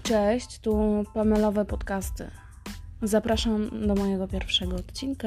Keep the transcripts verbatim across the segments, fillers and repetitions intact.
Cześć, tu Pamelowe Podcasty. Zapraszam do mojego pierwszego odcinka.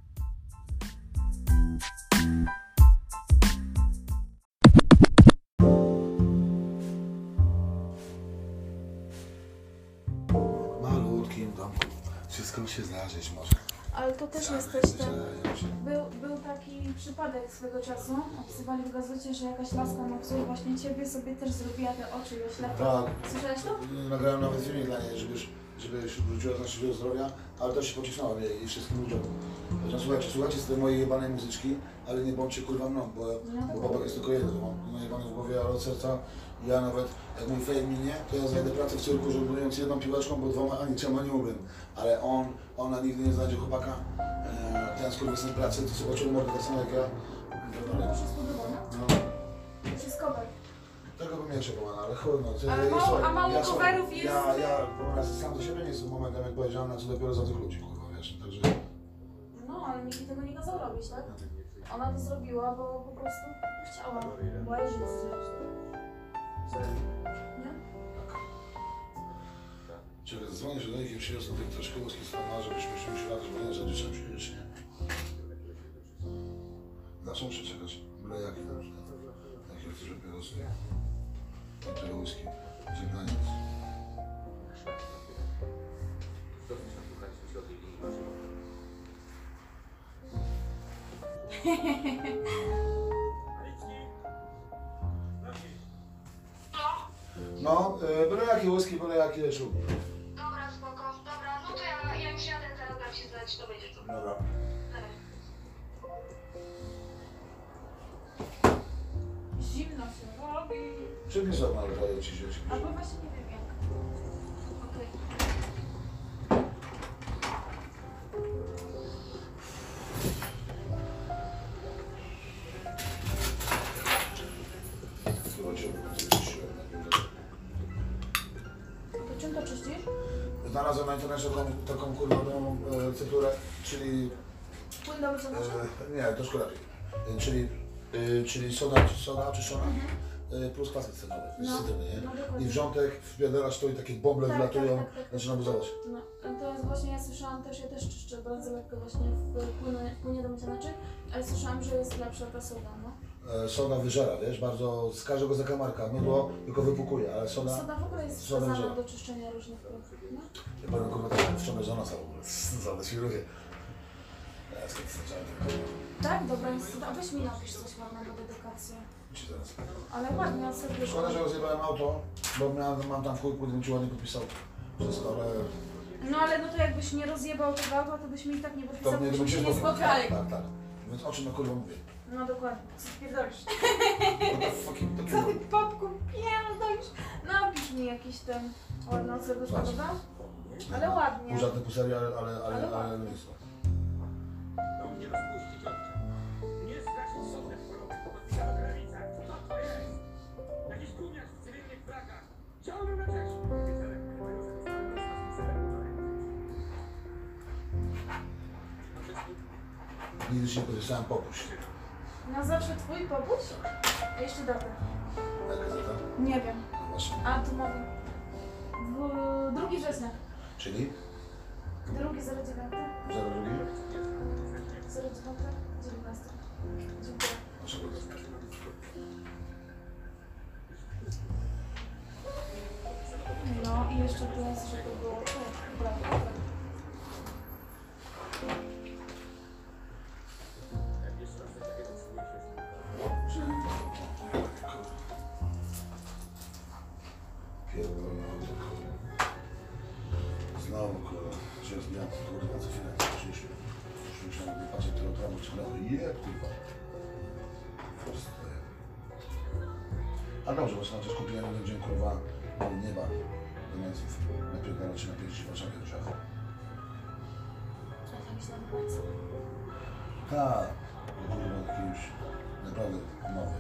Malutkim domku. Wszystko się zdarzyć może. Ale to też jest też ten... Był, był taki przypadek swego czasu. Opisywali w gazecie, że jakaś laska na wzór właśnie ciebie sobie też zrobiła te oczy i oślepia. Tak. Słyszałeś to? Nagrałem nawet filmik dla niej, żeby, żeby wróciła z naszego zdrowia, ale też się pocisnąłem jej i wszystkim ludziom. Powiedziałem, słuchajcie, słuchajcie z tej mojej jebanej muzyczki, ale nie bądźcie kurwa mną, bo, No, bo babek jest tylko jeden, to mam najebane w głowie, ale od serca. Ja nawet, jak mój fame minie, to ja znajdę pracę w cyrku, żonglując jedną piłeczką, bo dwoma ani trzema nie umiem. Ale on, ona nigdy nie znajdzie chłopaka, eee, ten skurwysyn pracy, to zobaczył mordę tak samo jak ja. to się spodobało, No. To jest cover. Tego bym nie czekał, ale chuj, no. To Ale jest, mało- a mało ja, coverów jest? Ja, ja po raz sam do siebie nie jestem momentem odpowiedzialny, na co dopiero za tych ludzi, kurwa, wiesz, także... No, ale nikt jej tego nie kazał robić, tak? Ona to zrobiła, bo po prostu chciała. Była jej żyć. Nie? Czekaj, dzwonię, że do nich przyniosę tych troszkę łuski z pana, żebyśmy się musieli latać, bo nie wiem, że liczę się już, nie? Zawsze muszę czekać, byle jaki tam, że... Jakie chcesz papierosy? Te łuski, żegnaniec. No, y, byle jakie łuski, byle jakie szlugi. Dobra, spoko. Dobra, no to ja, ja już jadę, zaraz dam się znać, to będzie to. Dobra. Zimno się robi. Czym jest okno, ale daję ci dzieci? Albo właśnie nie wiem jak. Okej. Chyba cię wyczyściłem. A to czym to czyścisz? Znalazłem na internecie taką, taką kurwaną e, cyfrę, czyli... Płyn do wyciągacza? E, nie, troszkę lepiej. E, czyli, e, czyli soda, soda oczyszczona e, plus kwasak cytrynowy, No, cytryny, nie? no I dokładnie. wrzątek wpierdalasz to i takie boble Tak, wylatują, tak, tak, tak, zaczyna tak. buzować. No, to jest właśnie, ja słyszałam też, ja też czyszczę bardzo lekko właśnie w płynie, w płynie do mycia naczyń, ale słyszałam, że jest lepsza ta soda, no. E, soda wyżera, wiesz, bardzo z każdego zakamarka, mydło tylko wypukuje, ale soda... Soda w ogóle jest Soda wskazana wyżera. do czyszczenia różnych produktów, no. Ja powiem kurwa tak, wciągnę za nosa w ogóle, za świruję. Ja skąd zacząłem tylko... Tak, dobra, jest, a weź mi napisz coś ładnego, dedykację. Ci zaraz. Ale ładnie, serdecznie. Szkoda, że rozjebałem auto, bo miałem, mam tam w chuj, płynąć ładnie podpisał wszystko, ale... No ale no to jakbyś nie rozjebał tego auta, to byśmy i tak nie To podpisali, mnie byśmy się nie spotkał. spotkali. Tak, tak. Więc o czym na kurwa mówię? No dokładnie, co ty pierdolisz? What the fucking Co ty popku pierdolisz? Napisz mi jakiś ten ładny od serduszka, Patrz. dobra? Ale ładnie. Pół żadne pół serio, ale, ale, ale, Ale ale, ładnie. ale nie jest to. Nie rozpuścić oczy. Nie stracić sobie w chorobie podpisania na granicach. Co to jest? Jakiś gówniarz w cywilnych frakach. Ciągnął na Czesi. Nigdy się nie podpisałem popuść. Na zawsze twój popuś? A jeszcze datę. Jaka gazeta? Nie wiem. No właśnie. A tu mówię. W drugi września. Czyli? Drugi zero dziewiąty. Zero drugi? zero dziewiąty. dziewiętnasty. Dziękuję. Naszego gazeta. No i jeszcze tu jest, że to było tak, brawo. Pierdolę, kurwa. Znowu, kurwa. Się rozbijam, kurwa, co chwilę. Oczywiście. Już myślałem, nie patrzę, którą trawę ciągnęło. Jeb, kurwa. Prosto jeb. A dobrze, bo sobie też kupiłem jeden dzień, kurwa, od nieba. Zamiast napierdalać się na pięści w Warszawie do szachu. Tak, myślałam, bardzo. Tak. Kurwa, taki już naprawdę nowy.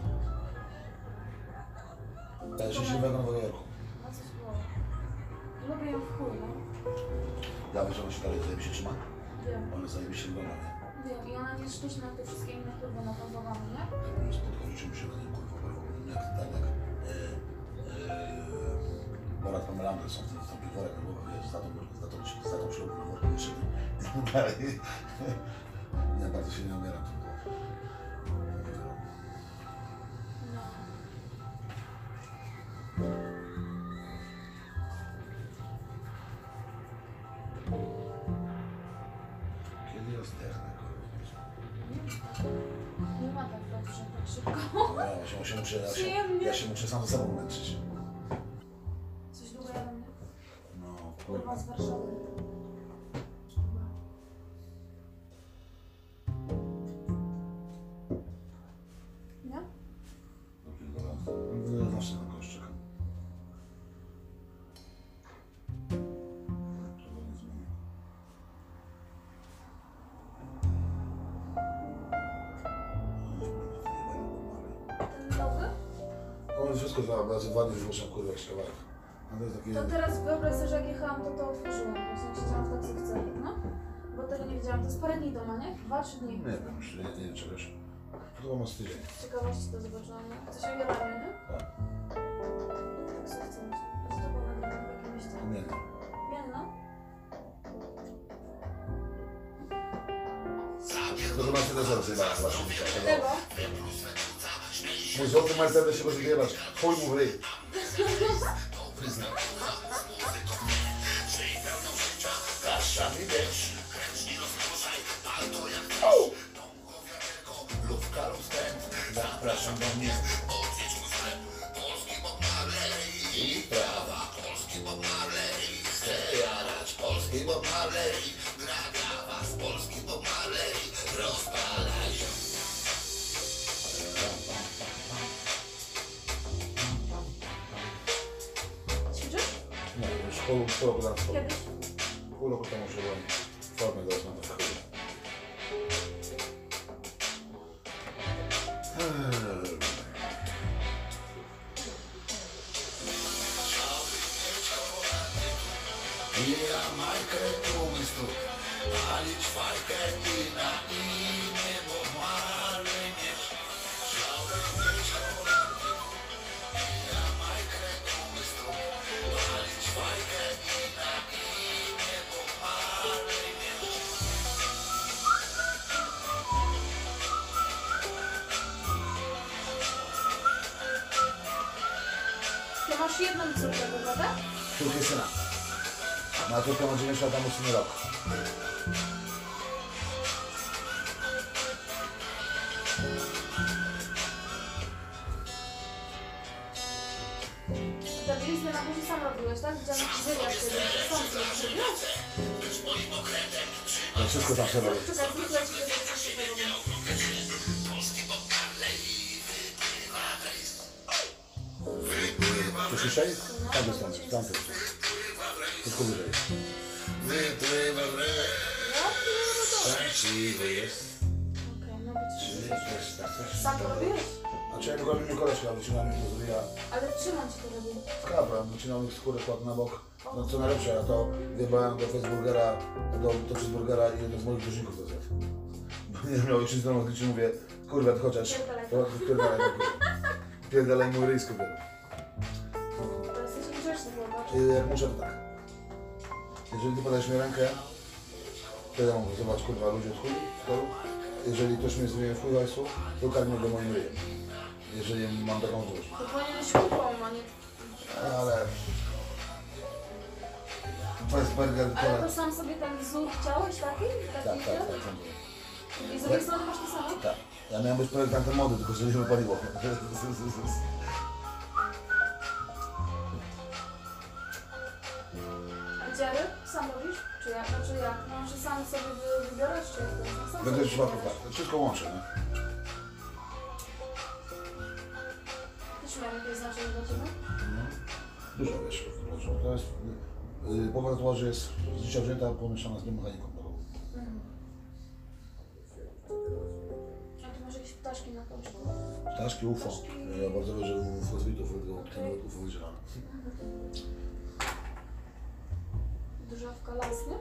E, Szczęśliwego Nowego Jorku. A coś było. Lubię ją w chuj, no. Ja wiem, że ona się dalej zajebiście trzyma. Wiem, Ona zajebiście wygląda, nie? wiem. I ona nie jest szczęśna na te wszystkie inne kurwa napędzowamy, nie? Jak mnie spotkał, życzył mi się na nim, kurwa, jak tak, jak e, e, Borat Pamela Anderson wtedy tą, za tą, za tą ślubną workę jeszcze i tak dalej. Ja bardzo się nie umieram. Kiedy ja zdechnę, kurwa? Nie ma tak dobrze, tak szybko. No, ja się, się muszę, ja, się, Przyjemnie. ja się muszę sam ze sobą męczyć. Coś długo jadą, nie? No, Kurwa kurwa. z Warszawy. Nie? Ja zawsze na kogoś czekam. Czego nie zmienię. Ten nowy? On wszystko za razy dwa dni zgłaszam, kurwa, jakiś kawałek. A to jest takie... To teraz wyobraź sobie, że jak jechałam, to to otworzyłam. Właśnie jak siedziałam w taksówce, no? Bo tego nie wiedziałam. To jest parę dni doma, nie? Dwa, trzy dni. Nie wiem, już nie, nie wiem czegoś. To ma z tydzień. Z ciekawości to zobaczyłam, nie? Coś o Joranie, nie? Tak. Taksówce myślę. A co to było nagrane w jakim mieście? Nie wiem. Mielno? To do Mercedesa rozjebałem właśnie. Tego? Mój złoty Mercedes się może wyjebać. Chuj mu w ryj. Zapraszam do mnie. I prawa, polski Bob Marley. Chcę jarać polski Bob Marley. Gra dla was polski Bob Marley. Rozpalaj się. Ćwiczysz? Nie, już pół, pół roku temu. Kiedyś? Pół roku temu użyłem formę do rozmowy w chuj. Ja majkę umysłu, palić fajkę i na imię Bob Marley mieć. Chciałbym mieć kolorami. Ja majkę umysłu, palić fajkę i na imię Bob Marley mieć. Ty masz jedną córkę, prawda? Córkę syna. Na córkę ma dziewięć lat, a mu syn rok. Te bieliznę na buzi sam robiłeś, tak? Widziałam jakiś wywiad wtedy. Sam sobie zrobiłeś? Ja wszystko tam sobie robię. Czekaj, wróciła ci do Czy słyszeli? Tak jest tam, tam też. Tylko wyżej. Wypływa w re... Szczęśliwy jest. Okej, no widzisz. Jest tak coś. Sam to robiłeś? Znaczy jak robi mi koleżka, wycinamy mi to zrobiła Ale trzymam ci to robię. skrawę, wycinamy skórę, kładł na bok. No co najlepsze, ja to wjebałem do Facebookera, do, do cheeseburgera i jeden z moich dłużników to zjadł. Bo nie miał jeszcze z domu zliczy, mówię, kurwa, ty chociaż, to pierdalaj, pierdalaj mój ryj z kobietą. To jesteś grzeczny, zobacz. Y, Jak muszę, to tak. Jeżeli ty podajesz mi rękę, to ja mogę zobaczyć, kurwa, ludzie od chuj, stołu. Jeżeli ktoś mnie zmieni w chuj hajsu, to karmię go moim ryjem. Jeżeli mam taką złość. To powinieneś kupą, a nie... Ale... Bez burger, Ale to... to sam sobie ten wzór chciałeś taki? Tak, Taki tak, wzór? tak, tak. I z drugiej strony masz to samo? Tak. Ja miałem być projektantem mody, tylko że się wypaliło. A dziary sam robisz? Czy jak? Znaczy jak? No, że sam sobie wy- wybierasz, czy jak to jest? No, sam Będę sobie w przypadku wybierasz. tak. To wszystko łączę, nie? Też miał jakieś znaczenie dla Ciebie? Dużo wiesz. To jest... Yy, połowa tatuaży jest z życia wzięta, pomieszana z biomechaniką. Mhm. A tu masz jakieś ptaszki na końcu? Ptaszki, U F O. Ja bardzo wierzę w fosfitów, w ten U F O wydzielamy. Dużawka las, nie?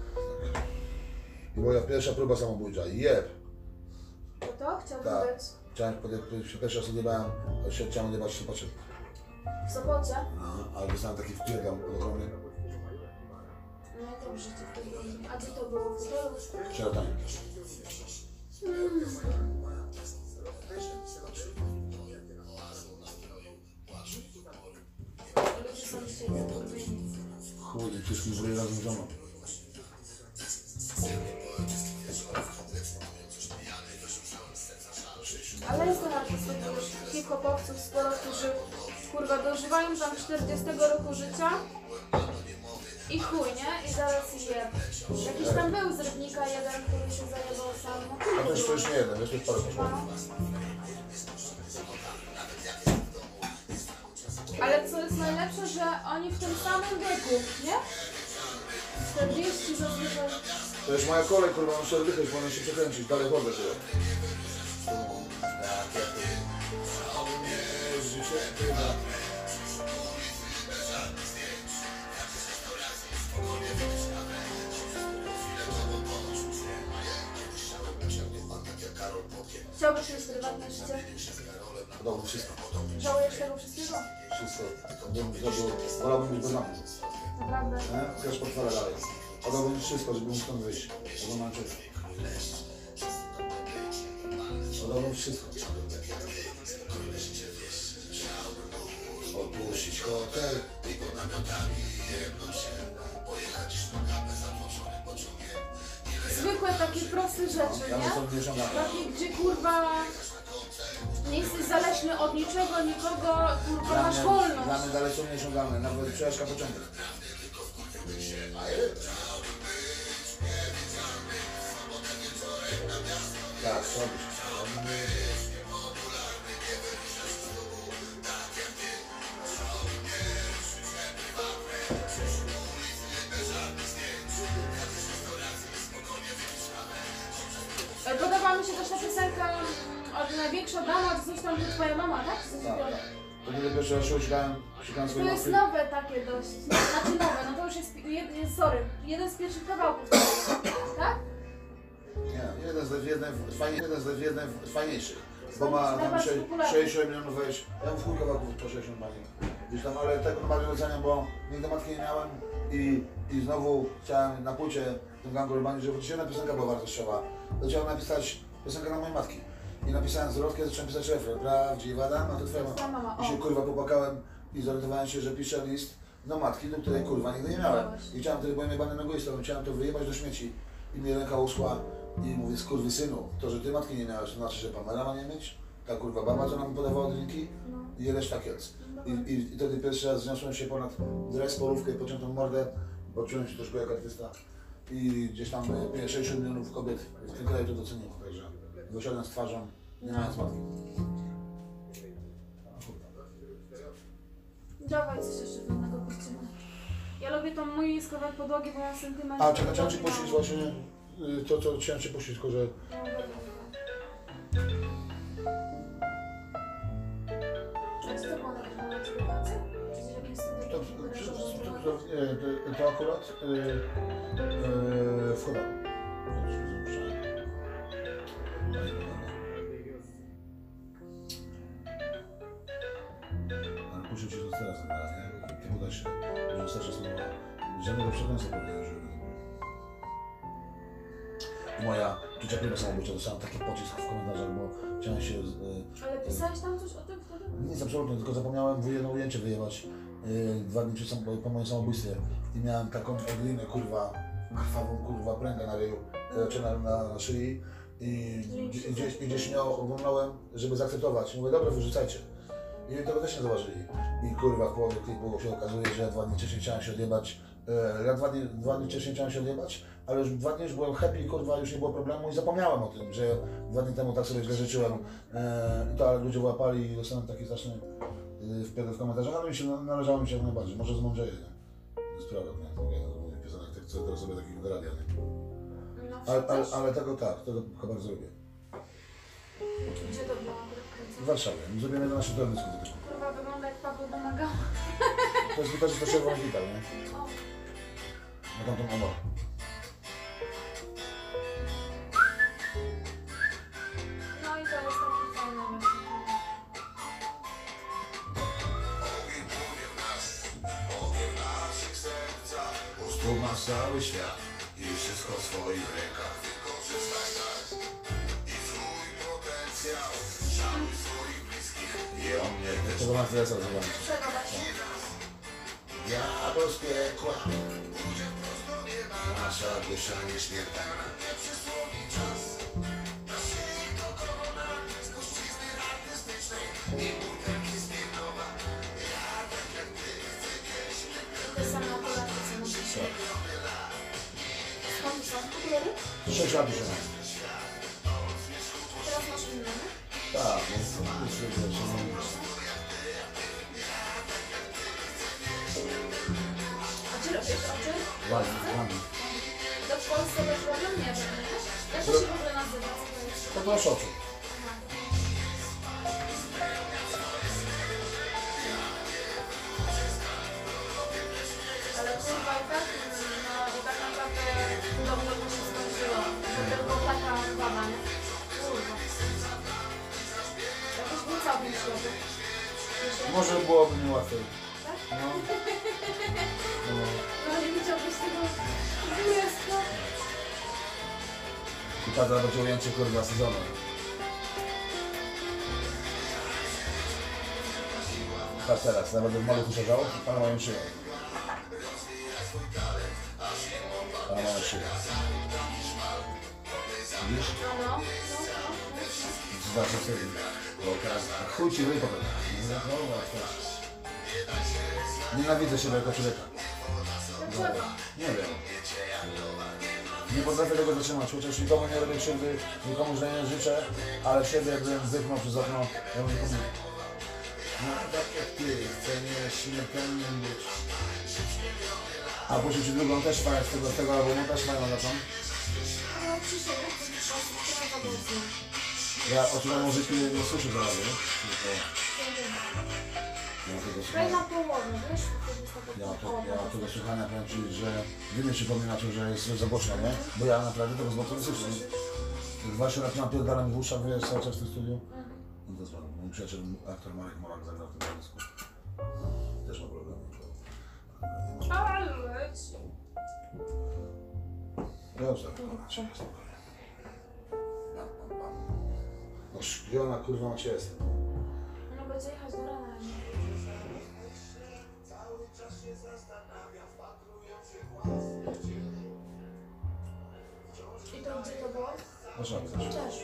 I moja pierwsza próba samobójcza. Jeb! To to? Chciałbym Tak. być Chciałem, kiedy się pierwszy raz odjebałem, się chciałem odjebać się patrzeć. w Sopocie. No, ale dostałem taki wpierdam ogromny. w życiu wtedy. A gdzie to było? W hotelu? Sierotanie. Ludzie są dzisiaj zatrudnieni. Chuj, wszystkim zrobię razem z żoną. Ale jest to artystów, już hip-hopowców sporo, którzy kurwa dożywają tam czterdziestego roku życia i chuj, nie? I zaraz je. Jakiś tam był z Rybnika jeden, który się zajebał sam. No, A to już, to już nie jeden, już parę poszło. Ale co jest najlepsze, że oni w tym samym wieku, nie? czterdzieści zazwyczaj. To jest moja kolej, kurwa, muszę oddychać, bo ona się przekręcić, dalej wodę sobie. Chciałbyś mieć prywatne życie? Podobno wszystko. Żałujesz tego wszystkiego? Wszystko. Bym zrobił, wolałbym być bez lampy. Naprawdę. Nie? Chcesz portfele dalej. Oddałbym wszystko, żeby mógł stąd wyjść. Tego mam czego. Oddałbym wszystko. Opuścić hotel i pod namiotami jedną się. Pojechać sztukami zatłoczone pociągiem. Zwykłe takie proste rzeczy, Ja bym nie? stąd nie osiągam. Takie, gdzie kurwa nie jesteś zależny od niczego, nikogo, kurwa Dla masz mnie, wolność. dla mnie dalej są nieosiągalne, nawet przejażdżka pociągiem. Tak, robisz. Podoba mi się też ta piosenka mm, od Największa Dama, to coś tam, że twoja mama, tak? Coś Tak, takiego. tak. To kiedy pierwszy raz się szukałem, szukałem To swojej jest matki. nowe takie dość, no, znaczy nowe, no to już jest, jed, jest sorry, jeden z pierwszych kawałków, tak? Nie, jeden z jeden, fajnie, jeden z jeden fajniejszych. Bo ma tam Najbardziej popularny. sześćdziesiąt milionów wejść. Ja mam w chuj kawałków po sześćdziesiąt pani. Gdzieś tam, ale tego bardziej doceniam, bo nigdy matki nie miałem i, i znowu chciałem na płycie tym gangu urbani, żeby to jedna piosenka była wartościowa. To chciałem napisać piosenkę na mojej matki. I napisałem zwrotkę, zacząłem pisać refren. Prawdziwa dama, to twoja Twoja mama. mama, I się o. kurwa popłakałem i zorientowałem się, że piszę list do matki, do której kurwa nigdy nie miałem. I chciałem wtedy, byłem jebanym egoistą, chciałem to wyjebać do śmieci. I mnie ręka uschła i mówię, skurwysynu, to, że ty matki nie miałeś, to znaczy, że Pamela ma nie mieć? Ta kurwa baba, co nam podawała drinki? I reszta kiec. I, i, I wtedy pierwszy raz zniosłem się ponad dres, polówkę, pociątą mordę, poczułem się troszkę jak artysta. I gdzieś tam e, sześćdziesiąt milionów kobiet w tym kraju to doceniło, także wysiadłem z twarzą, nie mając matki. Dawaj coś jeszcze fajnego puścimy. Ja lubię tą mój skowek podłogi, bo mam sentyment. A, czekaj, chciałem Ci puścić właśnie y, to, co chciałem Ci puścić, tylko że... A co to było nagrywane na Ciebie pracy? Czy w jakimś studiu To, to, to, to, nie, to, to akurat y, y, w Chodowie. Ale puszczę Ci to teraz, nie? Ty poda się, że starsze słowa. Żadnego przekleństwa powiedziałem, że moja ciocia prima samobójcza, dostałem taki pocisk w komentarzach, bo chciałem się... Y, Ale pisałeś tam coś o tym wtedy? Nic absolutnie, tylko zapomniałem jedno ujęcie wyjebać yy, dwa dni przed sam, po moim samobójstwie i miałem taką odlinę, kurwa, krwawą, kurwa, pręgę na ryju, czy na, na, na szyi i, i, gdzieś, i gdzieś mnie oglądałem, żeby zaakceptować. Mówię, dobra, wyrzucajcie. I tego też nie zauważyli. I kurwa, w połowie klipu się okazuje, że ja dwa dni wcześniej chciałem się odjebać. Yy, ja dwa dni, dwa dni wcześniej chciałem się odjebać, ale już dwa dni już byłem happy, kurwa, już nie było problemu i zapomniałem o tym, że dwa dni temu tak sobie źle życzyłem. Yy, I to ludzie łapali i dostałem taki straszny yy, wpierdol w komentarzach, ale mi się należało mi się jak najbardziej, może zmądrzeję, nie? To jest prawda, nie? To nie jest piosenek, tak, co teraz sobie takich do radia, nie? No, Ale, ale, ale tego tak, tego chyba bardzo lubię. Gdzie to było akurat W kręcone? Warszawie, zrobimy na naszym teledysku. Kurwa, wygląda jak Paweł domagał. To jest gitarzysta Czerwony Gitar, nie? O, Na tamtą omorę. no i to jest taki fajny właśnie. Struma masz cały świat i wszystko w swoich rękach. Wykorzystaj tak i swój potencjał. Szanuj swoich bliskich i o mnie też. To ma stresa, zobaczyć. Czego właśnie? Diabelskie kła. Pójdzie prosto nieba. Nasza dusza nieśmiertelna. Nie przysłoni czas. Naszych dokona z puścizny artystycznej i butelki z Miednowa. Ja tak jak ty chcę jeść. Te same aparaty, co masz. Skąd są kolory? sześć lat już mam. Teraz masz inne, nie? Tak, no to już wiesz, A gdzie robisz oczy? ładnie, ładnie. To w Polsce też robią? Nie wiem, nie? Jak to się w ogóle nazywa? Co to jest? To proszę oczu. Ale kurwa i tak, no i tak naprawdę dobrze mu się skończyło. To tylko taka baba, nie? Kurwa. Jakoś był całkiem ślepy. Może byłoby mi łatwiej. Tak? No. No. No nie widziałbyś tego królestwa. I ta będzie ujęcie kurwa sezonu. Patrz teraz, nawet w maluchu siedział, pana mają szyję. Pana mają szyję. Widzisz? No, no, no, no. Zobaczcie sobie. A chuj ci wyjdzie potem. Nienawidzę siebie jako człowieka. Dlaczego? Nie wiem. Nie potrafię tego zatrzymać, chociaż nikomu nie robię krzywdy, nikomu źle nie życzę, ale siebie jakbym wypchnął przez okno, ja bym nikomu... No tak jak ty, chcę nieśmiertelnym być. A później ci drugą też fajną z tego, z tego albumu, też fajną na tą. No, przyszedł, to jest mocno. Ja oczywiście muzyki nie słyszę za razie, tylko... Ja mam tego Daj słuchania, na połowę, wiesz? To jest taka ja mam, to, połowa. ja mam tego słuchania, powiem ci, że wy mnie przypominacie, że jest za głośno, nie? Bo ja naprawdę tego z boku nie słyszę. dwanaście lat napierdalam w uszach, wiesz, cały czas w tym studiu. No to jest ładne. Mój przyjaciel, aktor Marek Morak zagrał w tym związku. Też ma problem. Ale leci. Dobrze, spokojnie. No szpiona, kurwa, macie jest. No będzie jechać do rana, nie? I to gdzie to było? Proszę bardzo. Cześć.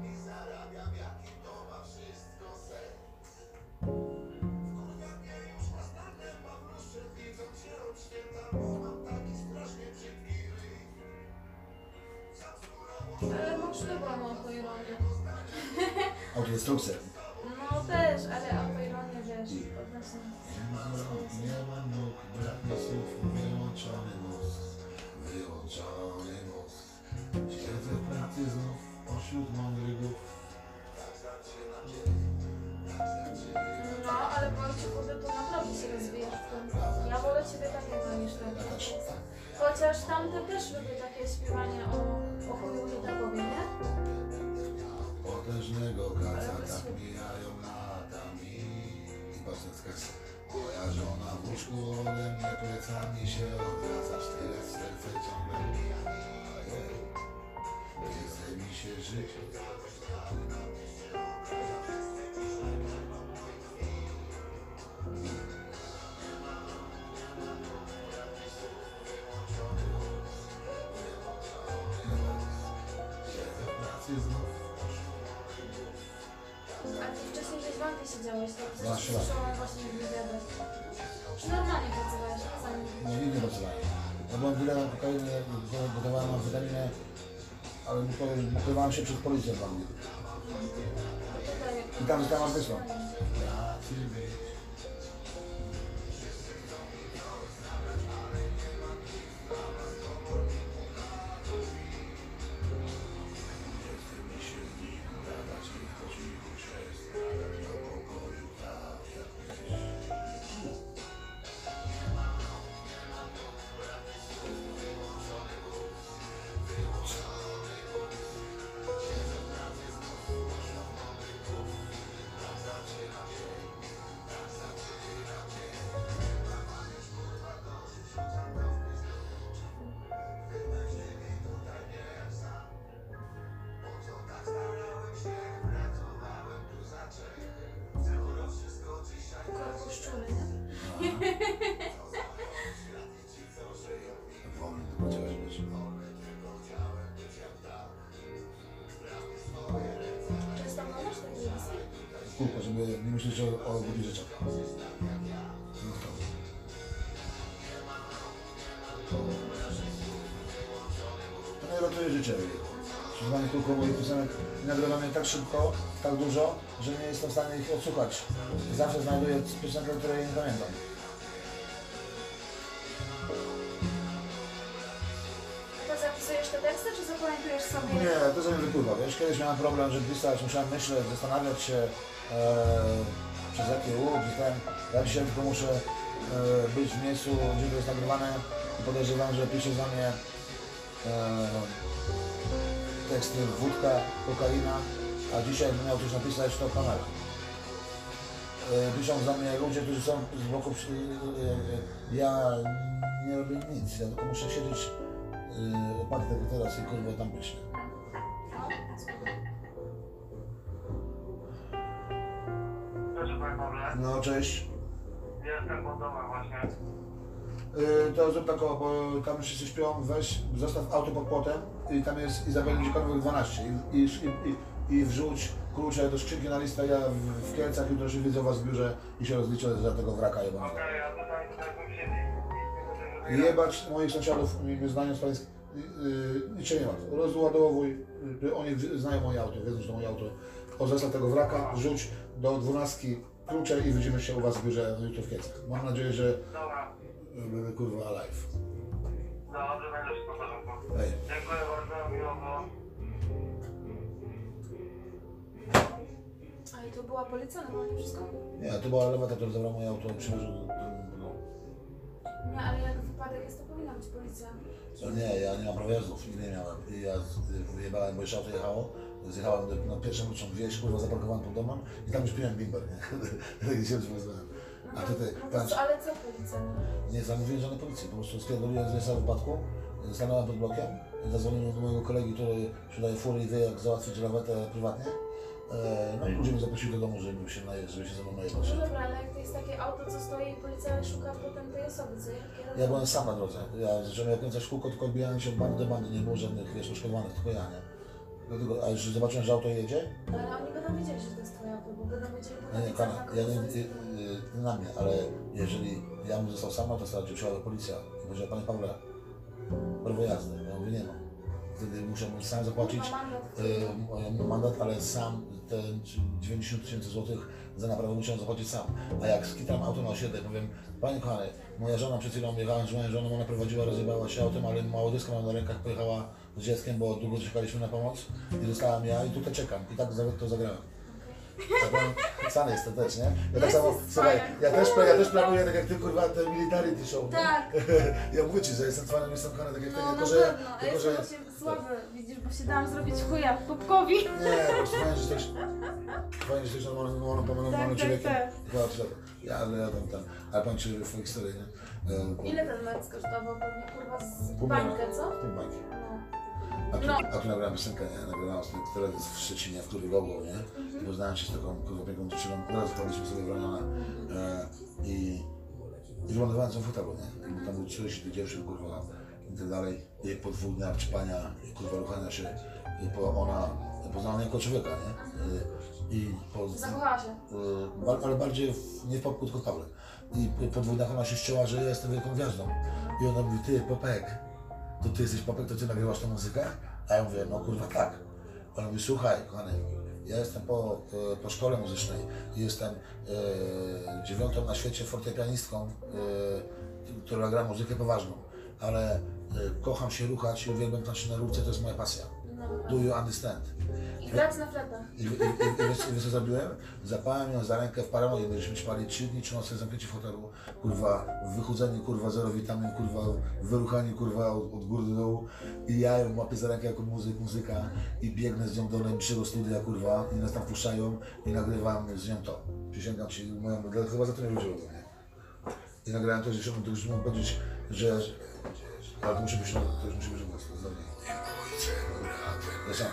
Ale masz dobrą autoironię. Autodestrukcja. No też, ale autoironię wiesz, odnośnie... Nie ma nóg, brak słów, wyłączony mózg, wyłączony mózg. Siedzę w pracy znów, pośród mądrych głów. No, ale powiem ci, kurde, to naprawdę się rozwijasz w tym. Ja wolę ciebie takiego niż takiego. Chociaż tamte też lubię takie śpiewanie o, o chuju i takowie, nie? Potężnego kaca, tak mijają lata mi. I patrz ten skaz. Moja żona w łóżku ode mnie plecami się odwraca. Tyle w serce ciągle mija. Ojej, nie chce mi się żyć. A ty wcześniej gdzieś w Anglii siedziałeś, tak? Coś dwanaście lat. słyszałam właśnie w wywiadach. Czy normalnie pracowałeś, nie? Zanim... Nie, nigdy nie pracowałem. No bo wydałem kokainę, gotowałem amfetaminę, ale nie powiem, ukrywałem się przed policją w Anglii. Tutaj... I tam zostałem artystą. w kółko, żeby nie myśleć o, o głupich rzeczach. To nie ratuje życie. Słuchanie kółko moich piosenek nagrywamy tak szybko, tak dużo, że nie jestem w stanie ich odsłuchać. Zawsze znajduję piosenkę, której nie pamiętam. To zapisujesz te teksty, czy zapamiętujesz sobie? Nie, to za mnie wypływa, wiesz, kiedyś miałem problem, żeby pisać, musiałem myśleć, zastanawiać się e, przez jakie łuk, ten. Ja dzisiaj tylko muszę e, być w miejscu, gdzie to jest nagrywane i podejrzewam, że pisze za mnie e, teksty wódka, kokaina, a dzisiaj bym miał coś napisać, to kamera. E, piszą za mnie ludzie, którzy są z boku, przy, e, e, ja nie robię nic, ja tylko muszę siedzieć Yy, oparty tego teraz i kurwa tam być. Proszę Panie Pawle, No cześć. jestem pod domem właśnie. Yy, to zrób tak, bo tam wszyscy śpią, weź, zostaw auto pod płotem i tam jest Izabeli Dzikonowych dwanaście i, i, i, i wrzuć klucze do skrzynki na listę, ja w, w Kielcach jutro się widzę u was w biurze i się rozliczę za tego wraka jebanego. Okej, okay, a tutaj, tutaj bym siedział. Jebać moich sąsiadów, moim zdaniem z pańskich, yy, nic się nie ma. Rozładowuj, yy, oni znają moje auto, wiedzą, że to moje auto. O, zostaw tego wraka, wrzuć do dwunastki klucze i widzimy się u was w biurze jutro w Kielcach. Mam nadzieję, że Dobra, będę kurwa live. dobrze, będzie wszystko w porządku. Hej. Dziękuję bardzo, miło było. A i to była policja, normalnie wszystko? Nie, to była lewata, która zabrała moje auto i przywiozła do... do... Nie, ale jak wypadek jest, to powinna być policja. No nie, ja nie mam prawa jazdów, nigdy nie miałem. I ja z- wyjebałem, bo jeszcze auto jechało. Zjechałem do, na pierwszą ulicą wieś, kurwa, zaparkowałem pod domem i tam już piłem bimber, nie? Tak się przywiozłem. No A to, tutaj, no patrz, to, ale co policja? nie zamówiłem żadnej policji, po prostu spierdoliłem z miejsca wypadku, stanąłem pod blokiem, zadzwoniłem do mojego kolegi, który sprzedaje fury i wie, jak załatwić lawetę prywatnie. E, no i ludzie mnie zaprosili do domu, żeby się, naje, żeby się ze mną najebać. No dobra, ale jak to jest takie auto, co stoi i policja szuka potem tej osoby, co je? Ja byłem sam na drodze. Ja zacząłem okręcać w kółko, tylko odbijałem się od bandy do bandy, nie było żadnych, wiesz, uszkodowanych, tylko ja, nie? Dlatego, a już zobaczyłem, że auto jedzie, Ale oni będą wiedzieli, że to jest twoje auto, bo będą wiedzieli po no nie, tablicach, pana, na ja których nie, to y, jest. y, y, na mnie, ale jeżeli ja bym został sam na autostradzie, przyjechała policja i powiedziała, panie Pawle, prawo jazdy, ja mówię, nie mam. Wtedy muszę mu sam zapłacić No, mandat. y, mandat, ale sam ten dziewięćdziesiąt tysięcy złotych za naprawę musiałem zapłacić sam. A jak skitam auto na osiedle, powiem, panie kochany, moja żona przed chwilą jechałem z moją żoną, ona prowadziła, rozjebała się autem, ale małodyska mam na rękach, pojechała z dzieckiem, bo długo czekaliśmy na pomoc i zostałam ja i tutaj czekam. I tak za- to zagrałem. Sam jestem też, nie? Ja No tak samo, jesteś słuchaj, cwaniak. ja też, ja też planuję tak jak ty, kurwa, te militarity show, nie? Tak. Ja mówię ci, że jestem twanem, jestem kochany tak jak ty, No tylko na że... pewno, a Tylko, jestem że... właśnie słaby, widzisz, bo się dałam zrobić chuja Popkowi. Nie, po prostu fajnie, że jesteś... Fajnie, że jesteś normalnym, normalnym, normalnym tak, człowiekiem. tak. Chyba tyle. Ja, ale ja tam, tam, ale powiem ci w historii, nie? E, Ile ten mecz kosztował? Pewnie kurwa z Pół bańkę, miliona. co? Pół bańki. No. A tu, No. a tu nagrałem piosenkę, nie? Nagrałem z która jest w Szczecinie, w której Gogą, nie? Mhm. I poznałem się z taką kurwa piękną dziewczyną, teraz wpadliśmy sobie w ramiona e, i, i wylądowałem w fotelu, nie? I tam było trzydzieści dziewczyn, kurwa, i tak dalej. I po dwóch dniach ćpania i kurwa ruchania się, i po, ona poznała mnie jako człowieka, nie? I, i po, Zakochała się. y, ba- ale bardziej w, nie w popku, tylko w Pawle. I po dwóch dniach ona się ścięła, że ja jestem wielką gwiazdą. I ona mówi, ty Popek, to ty jesteś Popek, to ty nagrywasz tę muzykę? A ja mówię, no kurwa tak. Ona mówi, słuchaj kochany, ja jestem po, e, po szkole muzycznej i jestem e, dziewiątą na świecie fortepianistką, e, która gra muzykę poważną, ale e, kocham się ruchać i uwielbiam tańczyć na rurce, to jest moja pasja. No. Do you understand? I grać na fletach. I, i, i, i, wiesz, i wiesz co zrobiłem? Zapałem ją za rękę w paranoję, byliśmy spali trzy dni, trzy noce zamknięci w hotelu, kurwa, wychudzeni, kurwa, zero witamin, kurwa, wyruchani, kurwa, od, od góry do dołu i ja ją łapię za rękę jako muzyk, muzyka i biegnę z nią do najbliższego studia, kurwa, i nas tam puszczają i nagrywam z nią to. Przysięgam ci, moją, chyba za to nie ludzie robią, nie? I nagrałem to, że to już mogę powiedzieć, że... Ale to musi być, to już musi być głos, to zdanie. Ja sam.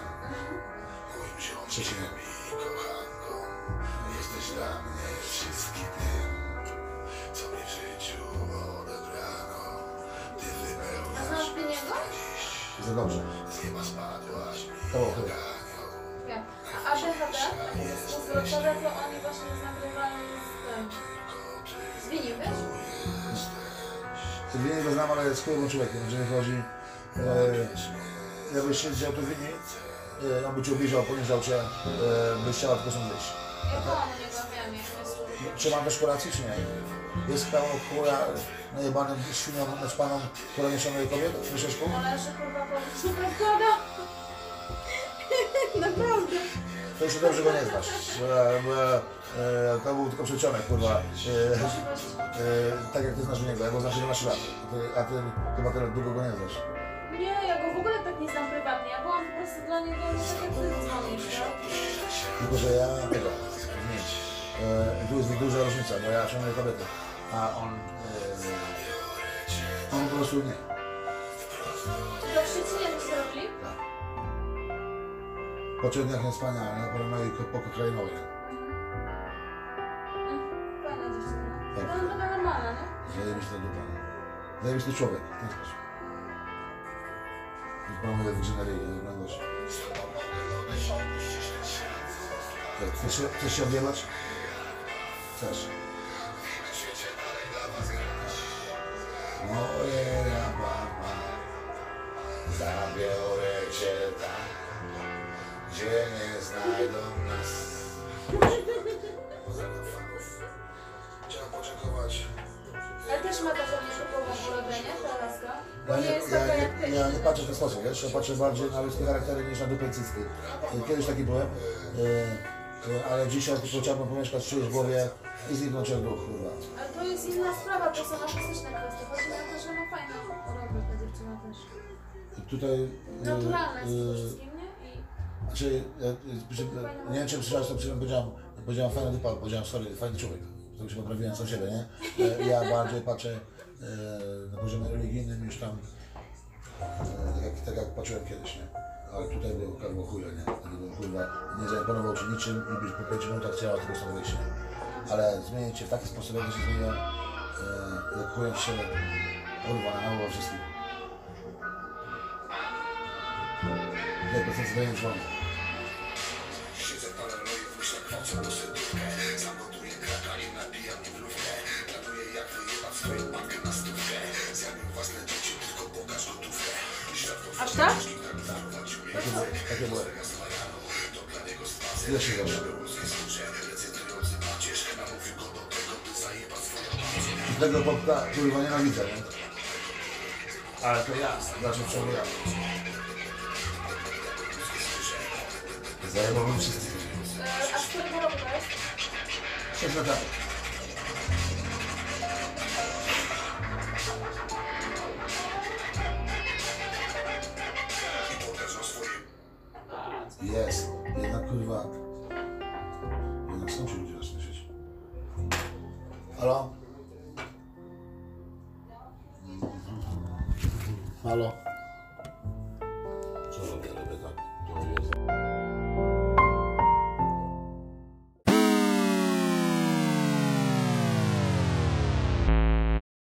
Trzeci nie. Kochanką, jesteś dla mnie wszystkim tym, co mi w życiu odebrano. Ty A wypełniasz znasz Piniego? Za dobrze. z nieba spadłaś mi O, jak chyba. anioł. Ja. A A D H D? Tak jest Wrocławia, to oni właśnie nagrywają z tym. Z Winiem, wiesz? Wini go znam, ale jest kurwą człowiekiem, jeżeli chodzi... E, jakbyś siedział tu w Wini, e, on by cię obliżał, poniżał cię, e, byś chciała tylko stąd wyjść. Ja byłam u niego, wiem, jak jest człowiek. Czy mam też kolacji, czy nie? Jest pełno chuja najebanym świnią naćpaną, która nie szanuje kobiet? Myślisz, ku? Ale że kurwa po super wkłada. Naprawdę. To już dobrze go nie znasz. Bo, bo, e, to był tylko przedsionek, kurwa. E, e, tak jak ty znasz niego, ja go znasz jedenaście lat. A ty, a ty chyba tyle długo go nie znasz. Nie, ja go w ogóle tak nie znam prywatnie. Ja byłam po prostu dla niego, no tak jak ty dzwonisz, tak? Tylko, że ja tego, nie. E, tu jest duża różnica, bo ja szanuję kobiety, a on, e, on po prostu nie. To w Szczecinie to zrobili? Po trzech dniach niespania, na poromej pokokainowej. Fajna dziewczyna. Tak. To taka normalna, nie? Zajebisty dupa. Zajebisty człowiek, w ten sposób. Wypomnę wygrzynerii, wyglądasz. Chcesz się, chcesz się odjebać? Chcesz. Moja mama, zabiorę cię tam, gdzie nie znajdą nas. Chciałem podziękować. Ale też ma taką nietypową urodę, nie? Ta laska. Bo Ja nie nie, jest ja, taka jak ty. nie, ja nie patrzę w ten sposób, wiesz? Ja patrzę bardziej na ludzkie charaktery niż na dupę cycki. Kiedyś taki byłem, e, e, ale dzisiaj tylko chciałbym pomieszkać w czyjejś głowie i zniknąć jak duch, kurwa. Ale to jest inna sprawa, to są artystyczne kwestie. Chodzi mi o to, że ma fajną urodę ta dziewczyna też. I tutaj... e, Naturalne jest to e, wszystkim, nie? I Znaczy, ja, ja, nie wiem czy słyszałeś to, przed powiedziałem, powiedziałem fajna dupa, powiedziałem sorry, fajny człowiek. To się poprawiłem sam siebie, nie? E, Ja bardziej patrzę e, na poziomie religijnym niż tam, e, tak, jak, tak jak patrzyłem kiedyś, nie? Ale tutaj było karło chuja, nie? Wtedy bym kurwa nie zaimponował ci niczym i byś po pięciu minutach chciała tylko stąd wyjść, nie? Ale zmienić się w taki sposób, jak się zmieniłem, e, jak chując się, kurwa, na nowo wszystkim. Nie, to jest zmienić wolno. Siedzę paranoję, myślę, kwacę do setówkę. Zamontuję kraka, nie nabijam mnie w lufkę. Planuję jak wyjebać swoją matkę na stówkę. Zjadłem własne dzieci, tylko pokaż gotówkę. Światło aż tak? Takie były, takie były. Ile się zabrał? I tego popka, kurwa, nienawidzę, nie? Ale to ja, znaczy czemu ja? Zajebałbym wszystkich. E, a z którego roku to jest? sześć lat temu. Jest, jednak kurwa. Jednak są się ludzie rozmyśleć. Halo? Halo?